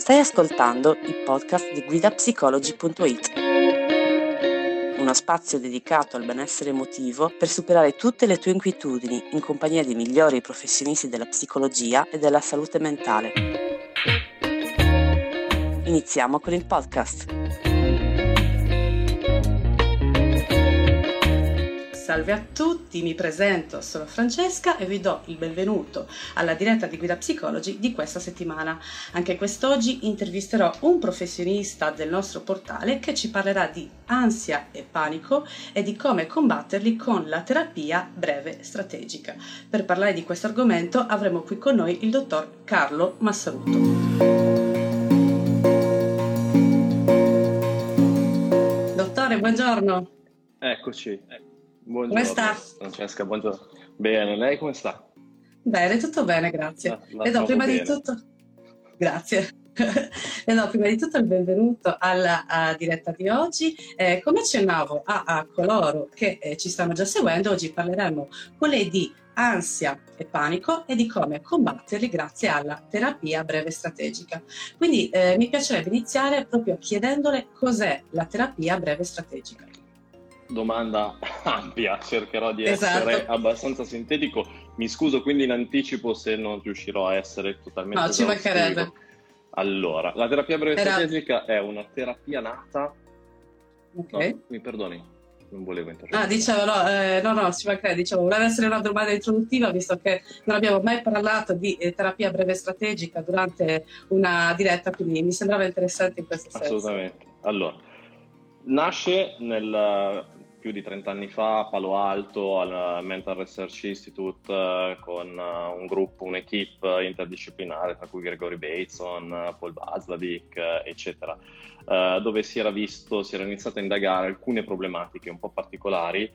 Stai ascoltando il podcast di guidapsicologi.it, uno spazio dedicato al benessere emotivo per superare tutte le tue inquietudini in compagnia dei migliori professionisti della psicologia e della salute mentale. Iniziamo con il podcast. Salve a tutti, mi presento, sono Francesca e vi do il benvenuto alla diretta di Guida Psicologi di questa settimana. Anche quest'oggi intervisterò un professionista del nostro portale che ci parlerà di ansia e panico e di come combatterli con la terapia breve strategica. Per parlare di questo argomento avremo qui con noi il dottor Carlo Massaruto. Dottore, buongiorno. Eccoci. Buongiorno, Come sta? Francesca, buongiorno. Bene, lei come sta? Bene, tutto bene, grazie. La Le do prima bene. di tutto... Grazie. Le do prima di tutto il benvenuto alla diretta di oggi. Come accennavo a coloro che ci stanno già seguendo, oggi parleremo con lei di ansia e panico e di come combatterli grazie alla terapia breve strategica. Quindi mi piacerebbe iniziare proprio chiedendole cos'è la terapia breve strategica. Domanda ampia, cercherò di essere abbastanza sintetico. Mi scuso quindi in anticipo se non riuscirò a essere totalmente esaustivo. No, ci mancherebbe. Allora, la terapia breve strategica è una terapia nata... Ok. No, mi perdoni, non volevo interrompere. Dicevo, no, ci mancherebbe. Dicevo, voleva essere una domanda introduttiva, visto che non abbiamo mai parlato di terapia breve strategica durante una diretta, quindi mi sembrava interessante in questo senso. Assolutamente. Allora, nasce più di 30 anni fa a Palo Alto al Mental Research Institute con un gruppo, un'equipe interdisciplinare tra cui Gregory Bateson, Paul Watzlawick, eccetera, dove si era iniziato a indagare alcune problematiche un po' particolari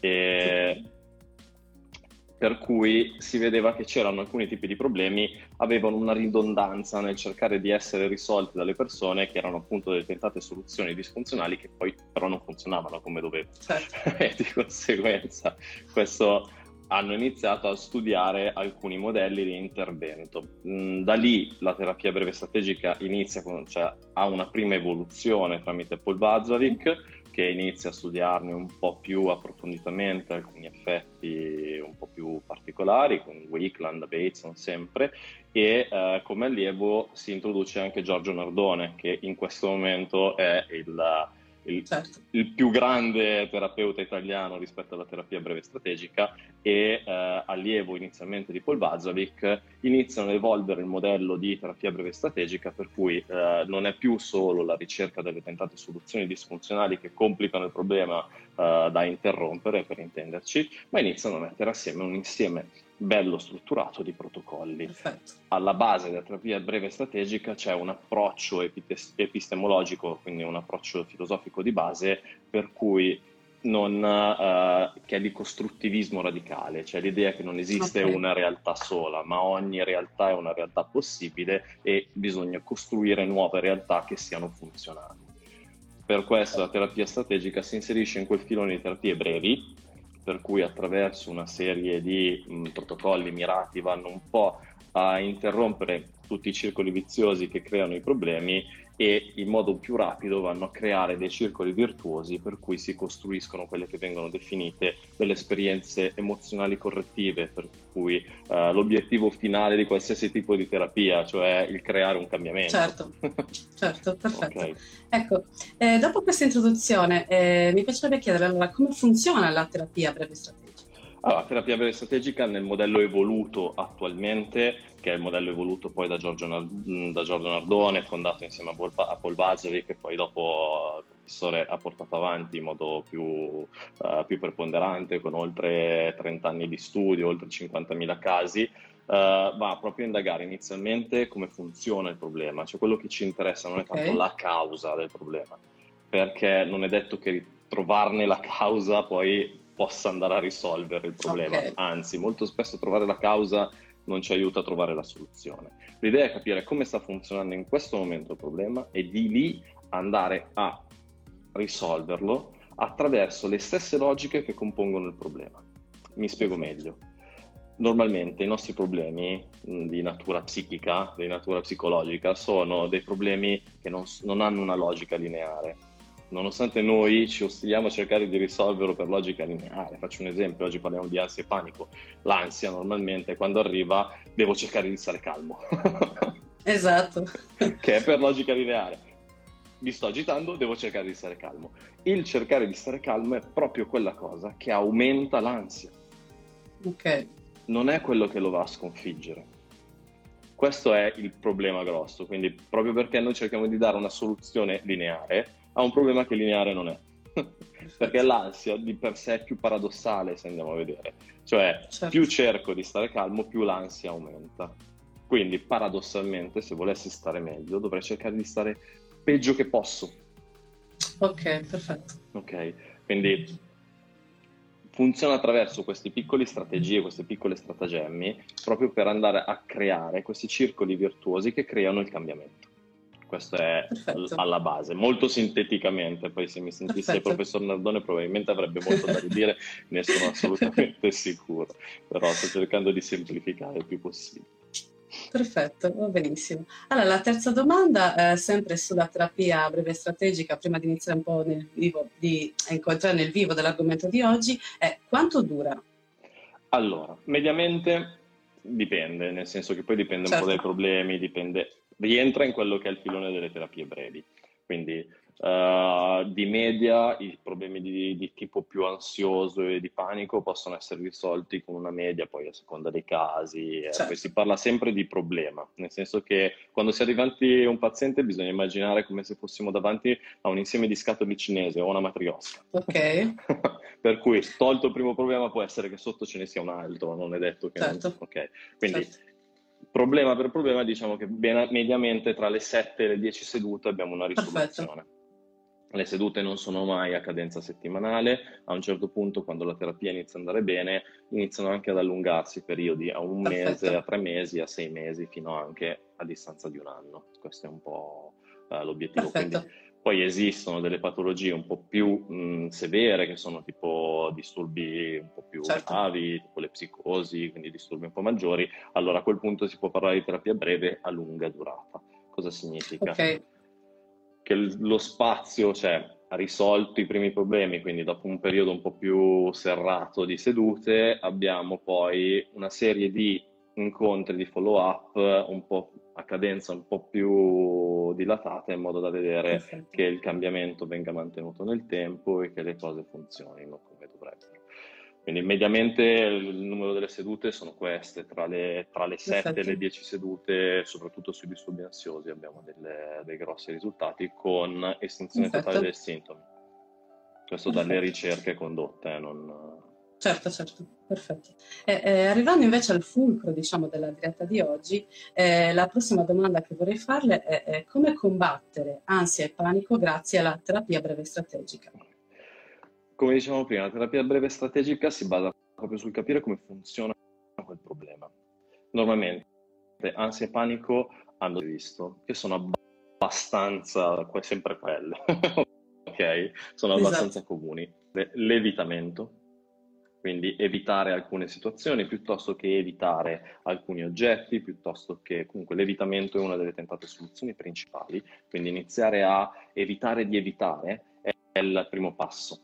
per cui si vedeva che c'erano alcuni tipi di problemi, avevano una ridondanza nel cercare di essere risolti dalle persone, che erano appunto delle tentate soluzioni disfunzionali che poi però non funzionavano come dovevano. Certo. E di conseguenza hanno iniziato a studiare alcuni modelli di intervento. Da lì la terapia breve strategica ha una prima evoluzione tramite Paul Watzlawick, che inizia a studiarne un po' più approfonditamente alcuni effetti un po' più particolari, con Wakeland, Bateson sempre, e come allievo si introduce anche Giorgio Nardone, che in questo momento è il più grande terapeuta italiano rispetto alla terapia breve strategica, e allievo inizialmente di Paul Watzlawick. Iniziano ad evolvere il modello di terapia breve strategica, per cui non è più solo la ricerca delle tentate soluzioni disfunzionali che complicano il problema da interrompere, per intenderci, ma iniziano a mettere assieme un insieme bello strutturato di protocolli. Perfetto. Alla base della terapia breve strategica c'è un approccio epistemologico, quindi un approccio filosofico di base, per cui che è di costruttivismo radicale, cioè l'idea che non esiste una realtà sola, ma ogni realtà è una realtà possibile e bisogna costruire nuove realtà che siano funzionali. Per questo la terapia strategica si inserisce in quel filone di terapie brevi, per cui attraverso una serie di protocolli mirati vanno un po' a interrompere tutti i circoli viziosi che creano i problemi e in modo più rapido vanno a creare dei circoli virtuosi, per cui si costruiscono quelle che vengono definite delle esperienze emozionali correttive, per cui l'obiettivo finale di qualsiasi tipo di terapia, cioè il creare un cambiamento. Certo, perfetto. Okay. Ecco, dopo questa introduzione mi piacerebbe chiedere allora come funziona la terapia breve strategica. Allora, la terapia breve strategica nel modello evoluto attualmente, che è il modello evoluto poi da Giorgio Nardone, fondato insieme a Paul Watzlawick, che poi dopo il professore ha portato avanti in modo più preponderante, con oltre 30 anni di studio, oltre 50.000 casi, va proprio a indagare inizialmente come funziona il problema, cioè quello che ci interessa non è tanto la causa del problema, perché non è detto che trovarne la causa poi possa andare a risolvere il problema, anzi molto spesso trovare la causa non ci aiuta a trovare la soluzione. L'idea è capire come sta funzionando in questo momento il problema e di lì andare a risolverlo attraverso le stesse logiche che compongono il problema. Mi spiego meglio. Normalmente i nostri problemi di natura psichica, di natura psicologica, sono dei problemi che non hanno una logica lineare. Nonostante noi ci ostiliamo a cercare di risolverlo per logica lineare. Faccio un esempio: oggi parliamo di ansia e panico. L'ansia normalmente quando arriva devo cercare di stare calmo, Esatto. che è per logica lineare. Mi sto agitando, devo cercare di stare calmo. Il cercare di stare calmo è proprio quella cosa che aumenta l'ansia. Ok. Non è quello che lo va a sconfiggere. Questo è il problema grosso, quindi proprio perché noi cerchiamo di dare una soluzione lineare a un problema che lineare non è. Perché l'ansia di per sé è più paradossale, se andiamo a vedere. Cioè, Certo. più cerco di stare calmo, più l'ansia aumenta. Quindi, paradossalmente, se volessi stare meglio, dovrei cercare di stare peggio che posso. Ok, perfetto. Ok? Quindi funziona attraverso queste piccole strategie, queste piccole stratagemmi, proprio per andare a creare questi circoli virtuosi che creano il cambiamento. Questo è Perfetto. alla base, molto sinteticamente. Poi se mi sentisse il Perfetto. professor Nardone probabilmente avrebbe molto da ridire, ne sono assolutamente sicuro, però sto cercando di semplificare il più possibile. Perfetto, va benissimo. Allora, la terza domanda, sempre sulla terapia breve strategica, prima di iniziare un po' nel vivo, di entrare nel vivo dell'argomento di oggi, è quanto dura? Allora, mediamente dipende, nel senso che poi dipende un po' dai Certo, problemi, rientra in quello che è il filone delle terapie brevi. Quindi di media i problemi di tipo più ansioso e di panico possono essere risolti con una media, poi a seconda dei casi, poi certo. si parla sempre di problema, nel senso che quando si è davanti a un paziente bisogna immaginare come se fossimo davanti a un insieme di scatole cinese o una matriosca. Ok, Per cui, tolto il primo problema, può essere che sotto ce ne sia un altro, non è detto che non... certo, Ok, quindi certo. problema per problema, diciamo che mediamente tra le 7 e le 10 sedute abbiamo una Perfetto, risoluzione. Le sedute non sono mai a cadenza settimanale, a un certo punto, quando la terapia inizia ad andare bene, iniziano anche ad allungarsi i periodi a un mese, a perfetto, 3 mesi, a 6 mesi, fino anche a distanza di un anno. Questo è un po' l'obiettivo. Quindi perfetto, poi esistono delle patologie un po' più severe, che sono tipo disturbi un po' più certo. gravi, tipo le psicosi, quindi disturbi un po' maggiori. Allora a quel punto si può parlare di terapia breve a lunga durata. Cosa significa? Ok, Che lo spazio, cioè, ha risolto i primi problemi, quindi dopo un periodo un po' più serrato di sedute abbiamo poi una serie di incontri di follow up un po' a cadenza un po' più dilatata, in modo da vedere perfetto, che il cambiamento venga mantenuto nel tempo e che le cose funzionino come dovrebbero. Quindi mediamente il numero delle sedute sono queste, tra le 7 e le perfetto, 10 sedute, soprattutto sui disturbi ansiosi abbiamo dei grossi risultati con estinzione totale perfetto, dei sintomi. Questo dalle perfetto. ricerche condotte, non... Certo, certo, perfetto. Arrivando invece al fulcro, diciamo, della diretta di oggi, la prossima domanda che vorrei farle è come combattere ansia e panico grazie alla terapia breve strategica. Come dicevamo prima, la terapia breve strategica si basa proprio sul capire come funziona quel problema. Normalmente ansia e panico hanno visto che sono abbastanza sempre quelle, ok? Sono Esatto, abbastanza comuni. L'evitamento, quindi evitare alcune situazioni piuttosto che evitare alcuni oggetti, piuttosto che comunque l'evitamento è una delle tentate soluzioni principali, quindi iniziare a evitare di evitare è il primo passo.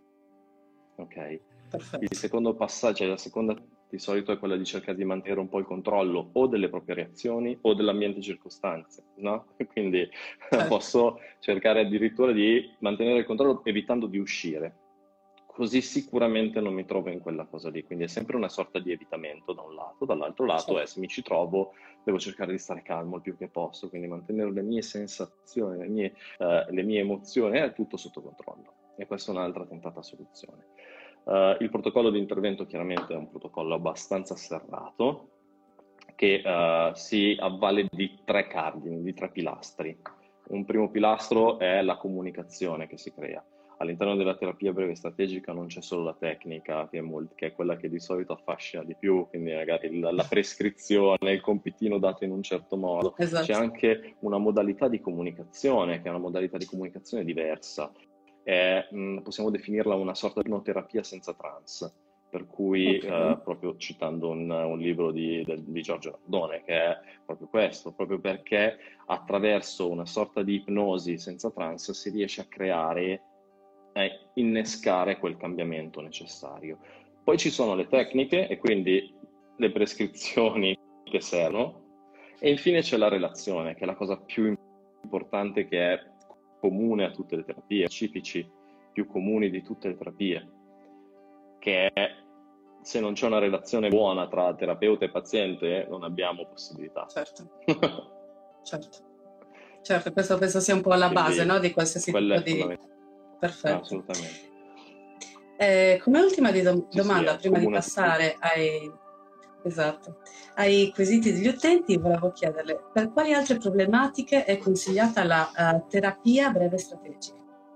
Ok? Il perfetto, secondo passaggio, cioè la seconda di solito è quella di cercare di mantenere un po' il controllo o delle proprie reazioni o dell'ambiente circostante, no? Quindi certo, posso cercare addirittura di mantenere il controllo evitando di uscire. Così sicuramente non mi trovo in quella cosa lì, quindi è sempre una sorta di evitamento da un lato, dall'altro lato è certo, se mi ci trovo devo cercare di stare calmo il più che posso, quindi mantenere le mie sensazioni, le mie emozioni, è tutto sotto controllo e questa è un'altra tentata soluzione. Il protocollo di intervento chiaramente è un protocollo abbastanza serrato che si avvale di 3 cardini, di 3 pilastri. Un primo pilastro è la comunicazione che si crea. All'interno della terapia breve strategica non c'è solo la tecnica, che è quella che di solito affascina di più, quindi magari la prescrizione, il compitino dato in un certo modo. C'è esatto, anche una modalità di comunicazione, che è una modalità di comunicazione diversa. Possiamo definirla una sorta di ipnoterapia senza trance, Per cui, Ok. proprio citando un libro di Giorgio Nardone, che è proprio questo, proprio perché attraverso una sorta di ipnosi senza trance si riesce a creare e innescare quel cambiamento necessario. Poi ci sono le tecniche e quindi le prescrizioni che servono, e infine c'è la relazione, che è la cosa più importante, che è comune a tutte le terapie, specifici più comuni di tutte le terapie, che è: se non c'è una relazione buona tra terapeuta e paziente, non abbiamo possibilità. Certo, certo. Certo, questo penso sia un po' alla base, Quindi no, di qualsiasi quello tipo è di... fondamentale. Perfetto. Assolutamente. Come ultima Sì, sì, domanda, è prima di comune a tutti. passare esatto, ai quesiti degli utenti, volevo chiederle per quali altre problematiche è consigliata la terapia breve strategica?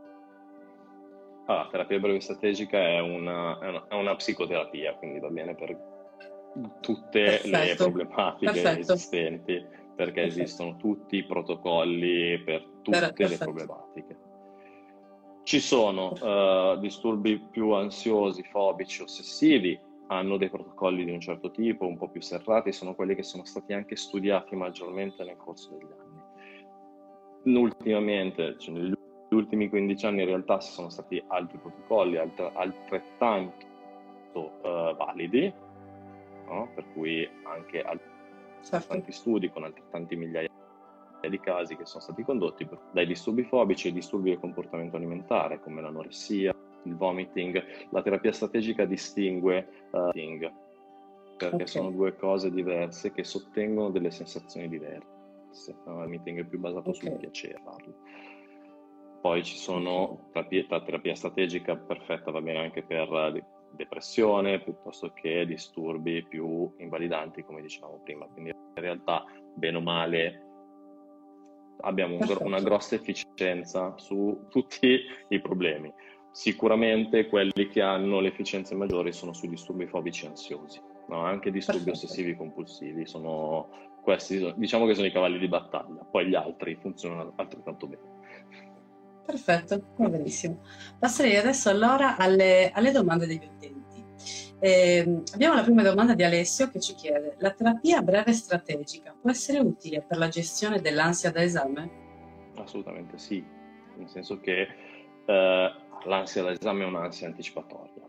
La terapia breve strategica è una psicoterapia, quindi va bene per tutte le Perfetto, problematiche perfetto, esistenti, perché perfetto, esistono tutti i protocolli per tutte le perfetto, problematiche. Ci sono perfetto. disturbi più ansiosi, fobici, ossessivi, hanno dei protocolli di un certo tipo, un po' più serrati, sono quelli che sono stati anche studiati maggiormente nel corso degli anni. Ultimamente, cioè negli ultimi 15 anni, in realtà ci sono stati altri protocolli altrettanto validi, no? Per cui anche Certo. altrettanti studi con altrettanti migliaia di casi che sono stati condotti, dai disturbi fobici ai disturbi del comportamento alimentare, come l'anoressia, il vomiting. La terapia strategica distingue perché Ok, sono due cose diverse che sottengono delle sensazioni diverse. No? Il meeting è più basato ok, sul piacere farlo. Poi ci ok, sono la terapia strategica perfetta, va bene anche per depressione, piuttosto che disturbi più invalidanti, come dicevamo prima. Quindi in realtà, bene o male, abbiamo una perfetto, grossa efficienza su tutti i problemi. Sicuramente quelli che hanno le efficienze maggiori sono sui disturbi fobici ansiosi, no? Anche disturbi perfetto. ossessivi compulsivi, questi diciamo che sono i cavalli di battaglia, poi gli altri funzionano altrettanto bene. Perfetto, va benissimo. Passerei adesso allora alle domande degli utenti. Abbiamo la prima domanda di Alessio che ci chiede: la terapia breve strategica può essere utile per la gestione dell'ansia da esame? Assolutamente sì, nel senso che l'ansia da esame è un'ansia anticipatoria,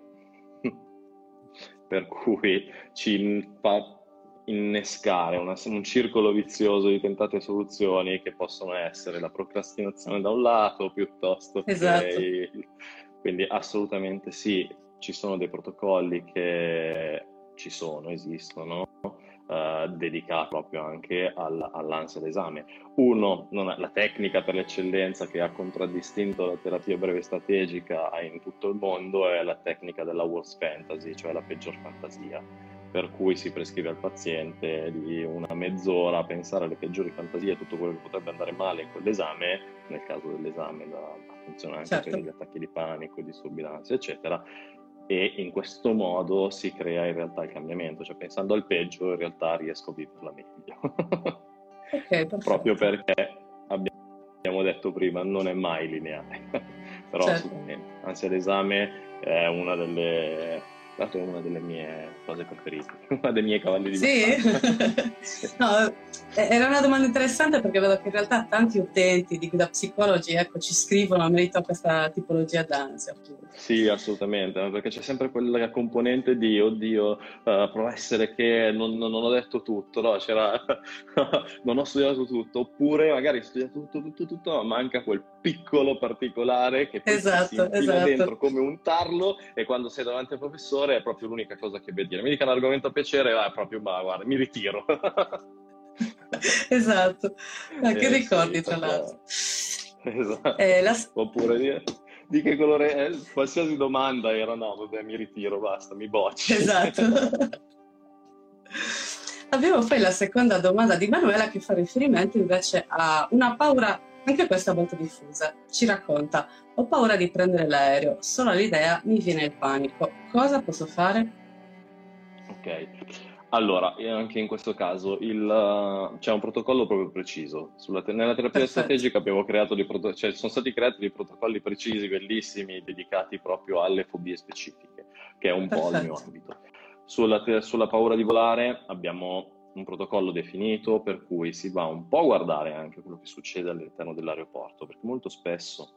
per cui ci fa innescare un circolo vizioso di tentate soluzioni, che possono essere la procrastinazione da un lato, piuttosto Esatto, che... Quindi assolutamente sì, ci sono dei protocolli che esistono, dedicati proprio anche all'ansia d'esame. Uno, la tecnica per l'eccellenza che ha contraddistinto la terapia breve strategica in tutto il mondo, è la tecnica della worst fantasy, cioè la peggior fantasia, per cui si prescrive al paziente di una mezz'ora a pensare alle peggiori fantasie, tutto quello che potrebbe andare male in quell'esame, nel caso dell'esame funziona anche per certo, gli attacchi di panico, i disturbi d'ansia, eccetera, e in questo modo si crea in realtà il cambiamento, cioè pensando al peggio in realtà riesco a viverla meglio. ok, Proprio perfetto, perché abbiamo detto prima, non è mai lineare, però certo. assolutamente, anzi l'esame è una delle mie cose preferite, uno dei miei cavalli di Sì? battaglia. Sì. No, era una domanda interessante perché vedo che in realtà tanti utenti di Guida Psicologi, ecco, ci scrivono a merito a questa tipologia d'ansia, appunto. Sì, assolutamente, perché c'è sempre quella componente di oddio, può essere che non ho detto tutto, no? Non ho studiato tutto, oppure magari ho studiato tutto, ma manca quel piccolo particolare che poi ti si Esatto, infila esatto, dentro come un tarlo, e quando sei davanti al professore è proprio l'unica cosa che vedi dire. Mi dica un argomento a piacere, è proprio, ma guarda, mi ritiro. esatto. Ma che Sì, ricordi, tra l'altro. proprio... Esatto. La, Oppure di che colore è? Qualsiasi domanda era no, vabbè, mi ritiro, basta, mi bocci. esatto. Abbiamo poi la seconda domanda di Manuela che fa riferimento invece a una paura, anche questa molto diffusa. Ci racconta: ho paura di prendere l'aereo, solo all'idea mi viene il panico. Cosa posso fare? Ok, allora, anche in questo caso c'è un protocollo proprio preciso. Nella terapia Perfetto, strategica abbiamo creato cioè sono stati creati dei protocolli precisi, bellissimi, dedicati proprio alle fobie specifiche. che è un po' il mio ambito. Sulla paura di volare abbiamo un protocollo definito per cui si va un po' a guardare anche quello che succede all'interno dell'aeroporto, perché molto spesso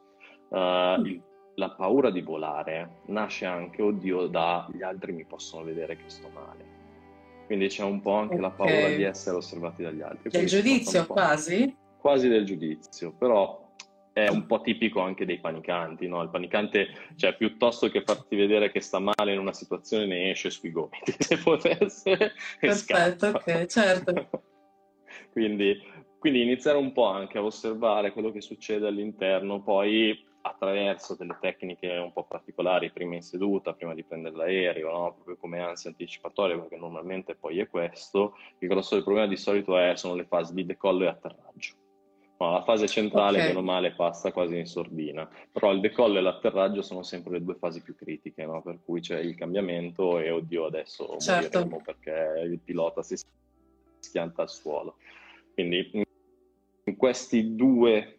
la paura di volare nasce anche, oddio, gli altri mi possono vedere che sto male. Quindi c'è un po' anche la paura di essere osservati dagli altri. Del giudizio quasi? Quasi del giudizio, però è un po' tipico anche dei panicanti, no? Il panicante, cioè, piuttosto che farti vedere che sta male in una situazione, ne esce sui gomiti, se potesse. Perfetto, ok, certo. Quindi iniziare un po' anche a osservare quello che succede all'interno, poi attraverso delle tecniche un po' particolari, prima in seduta, prima di prendere l'aereo, no? Proprio come ansia anticipatoria, perché normalmente poi è questo. Il grosso del problema di solito sono le fasi di decollo e atterraggio. No, la fase centrale, meno male, passa quasi in sordina, però il decollo e l'atterraggio sono sempre le due fasi più critiche, no? Per cui c'è il cambiamento e oddio adesso moriremo perché il pilota si schianta al suolo. Quindi in questi due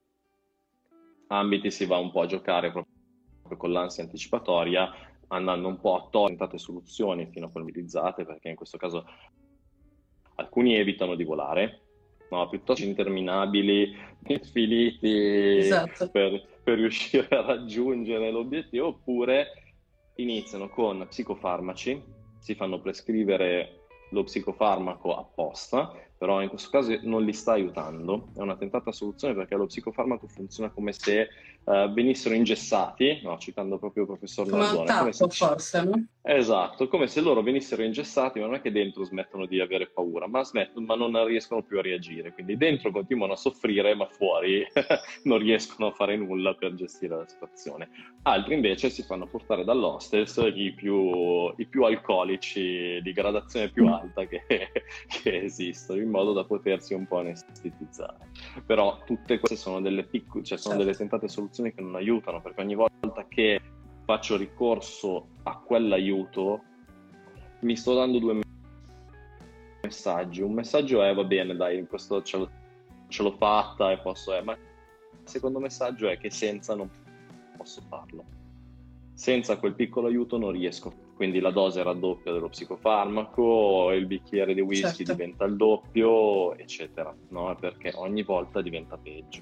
ambiti si va un po' a giocare proprio con l'ansia anticipatoria, andando un po' a togliere soluzioni fino a quelle utilizzate, perché in questo caso alcuni evitano di volare, no, piuttosto interminabili, infiniti, esatto, per riuscire a raggiungere l'obiettivo, oppure iniziano con psicofarmaci, si fanno prescrivere lo psicofarmaco apposta, però in questo caso non li sta aiutando, è una tentata soluzione perché lo psicofarmaco funziona come se venissero ingessati, no, citando proprio il professor Nardone. Come un tappo forse, no? Esatto, come se loro venissero ingessati, ma non è che dentro smettono di avere paura, ma non riescono più a reagire, quindi dentro continuano a soffrire, ma fuori non riescono a fare nulla per gestire la situazione. Altri invece si fanno portare dall'hostess i più alcolici di gradazione più alta che esistono, in modo da potersi un po' anestetizzare. Però tutte queste sono delle delle tentate soluzioni che non aiutano, perché ogni volta che faccio ricorso a quell'aiuto mi sto dando due messaggi. Un messaggio è va bene, dai, questo ce l'ho fatta e posso, ma il secondo messaggio è che senza non posso farlo. Senza quel piccolo aiuto non riesco, quindi la dose raddoppia dello psicofarmaco, il bicchiere di whisky diventa il doppio, eccetera, no? Perché ogni volta diventa peggio.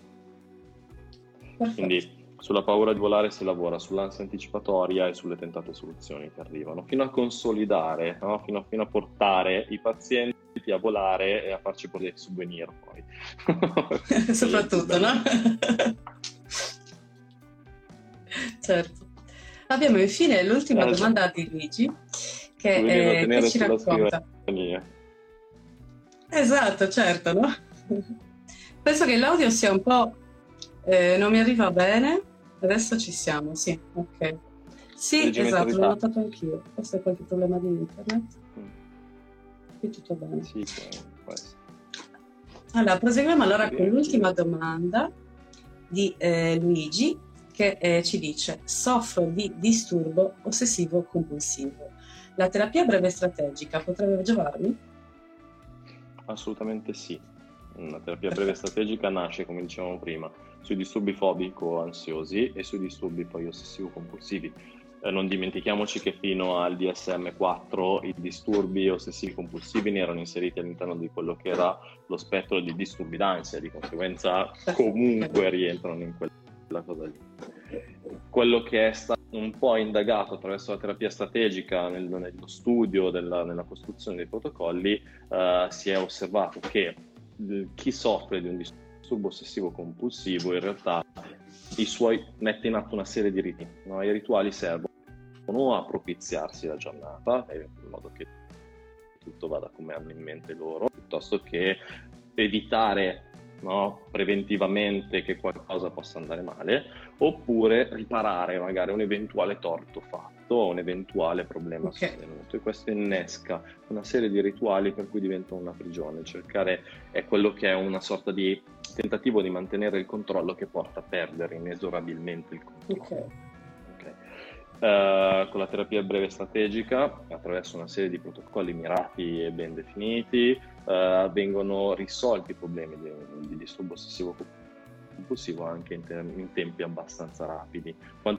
Quindi sulla paura di volare si lavora, sull'ansia anticipatoria e sulle tentate soluzioni che arrivano, fino a consolidare, no? fino a portare i pazienti a volare e a farci dei souvenir poi. Soprattutto, no? Certo. Abbiamo infine l'ultima domanda di Luigi che ci racconta. Esatto, certo, no? Penso che l'audio sia un po'... non mi arriva bene. Adesso ci siamo, sì, ok. Sì, esatto, l'ho notato anch'io. Forse è qualche problema di internet. Qui tutto bene. Sì, può essere. Allora, proseguiamo allora con l'ultima domanda di Luigi, che ci dice: soffro di disturbo ossessivo compulsivo. La terapia breve strategica potrebbe giovarmi? Assolutamente sì. La terapia breve strategica nasce, come dicevamo prima, sui disturbi fobico-ansiosi e sui disturbi poi ossessivo-compulsivi. Non dimentichiamoci che fino al DSM-4 i disturbi ossessivi-compulsivi erano inseriti all'interno di quello che era lo spettro di disturbi d'ansia, di conseguenza comunque rientrano in quella cosa lì. Quello che è stato un po' indagato attraverso la terapia strategica nello studio nella costruzione dei protocolli, si è osservato che chi soffre di un disturbo ossessivo compulsivo in realtà mette in atto una serie di riti, no? I rituali servono a propiziarsi la giornata in modo che tutto vada come hanno in mente loro, piuttosto che evitare, no, preventivamente che qualcosa possa andare male, oppure riparare magari un eventuale torto fatto o un eventuale problema sostenuto, e questo innesca una serie di rituali per cui diventa una prigione. Cercare è quello che è una sorta di tentativo di mantenere il controllo che porta a perdere inesorabilmente il controllo. Con la terapia breve strategica, attraverso una serie di protocolli mirati e ben definiti, vengono risolti i problemi di disturbo ossessivo compulsivo anche in tempi abbastanza rapidi. Quanto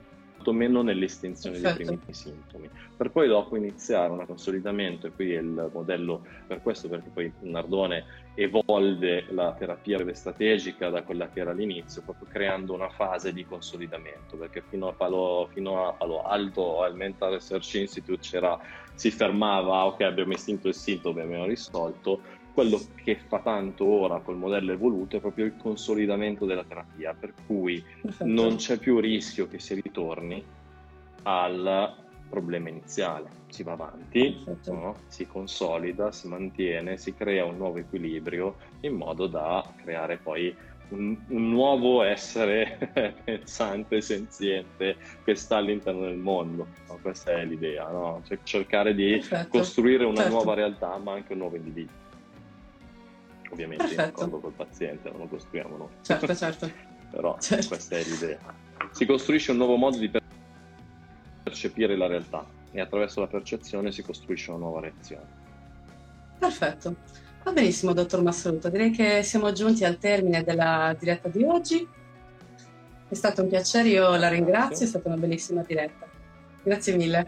meno nell'estinzione dei Perfetto. primi sintomi, per poi dopo iniziare un consolidamento, e qui è il modello per questo, perché poi Nardone evolve la terapia breve strategica da quella che era all'inizio, proprio creando una fase di consolidamento, perché fino a Palo Alto al Mental Research Institute si fermava, ok, abbiamo estinto il sintomo, abbiamo risolto. Quello che fa tanto ora col modello evoluto è proprio il consolidamento della terapia, per cui Perfetto. non c'è più rischio che si ritorni al problema iniziale, si va avanti, Perfetto. no? Si consolida, si mantiene, si crea un nuovo equilibrio in modo da creare poi un nuovo essere pensante, senziente, che sta all'interno del mondo. No? Questa è l'idea, no? Cioè, cercare di Perfetto. costruire una Certo. nuova realtà, ma anche un nuovo individuo. Ovviamente in Perfetto. accordo col paziente, non lo costruiamo noi. Certo. Però Certo. questa è l'idea. Si costruisce un nuovo modo di percepire la realtà e attraverso la percezione si costruisce una nuova reazione. Perfetto. Va benissimo, dottor Massoluto. Direi che siamo giunti al termine della diretta di oggi. È stato un piacere, io la ringrazio, è stata una bellissima diretta. Grazie mille.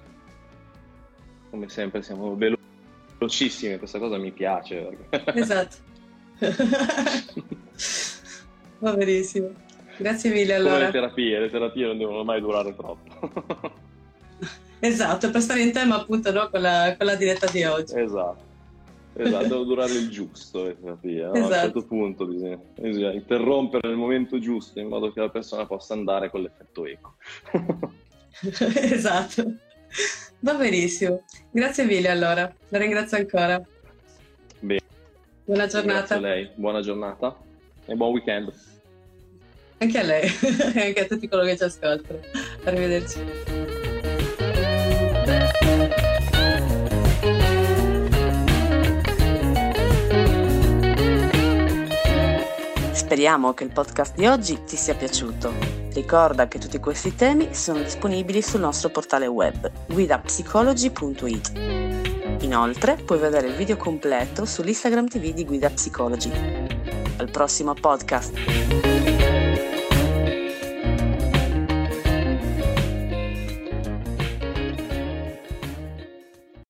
Come sempre siamo velocissimi, questa cosa mi piace. Esatto. Va benissimo. Grazie mille Come allora. le terapie non devono mai durare troppo. Esatto, per stare in tema appunto, no, con la diretta di oggi. Esatto, deve durare il giusto le terapie, no? Esatto. A un certo punto bisogna interrompere nel momento giusto in modo che la persona possa andare con l'effetto eco. Esatto. Va benissimo. Grazie mille allora. La ringrazio ancora. Bene. Buona giornata. Grazie a lei, buona giornata e buon weekend. Anche a lei e anche a tutti coloro che ci ascoltano. Arrivederci. Speriamo che il podcast di oggi ti sia piaciuto. Ricorda che tutti questi temi sono disponibili sul nostro portale web guidapsicology.it. Inoltre puoi vedere il video completo sull'Instagram TV di Guida Psicology. Al prossimo podcast!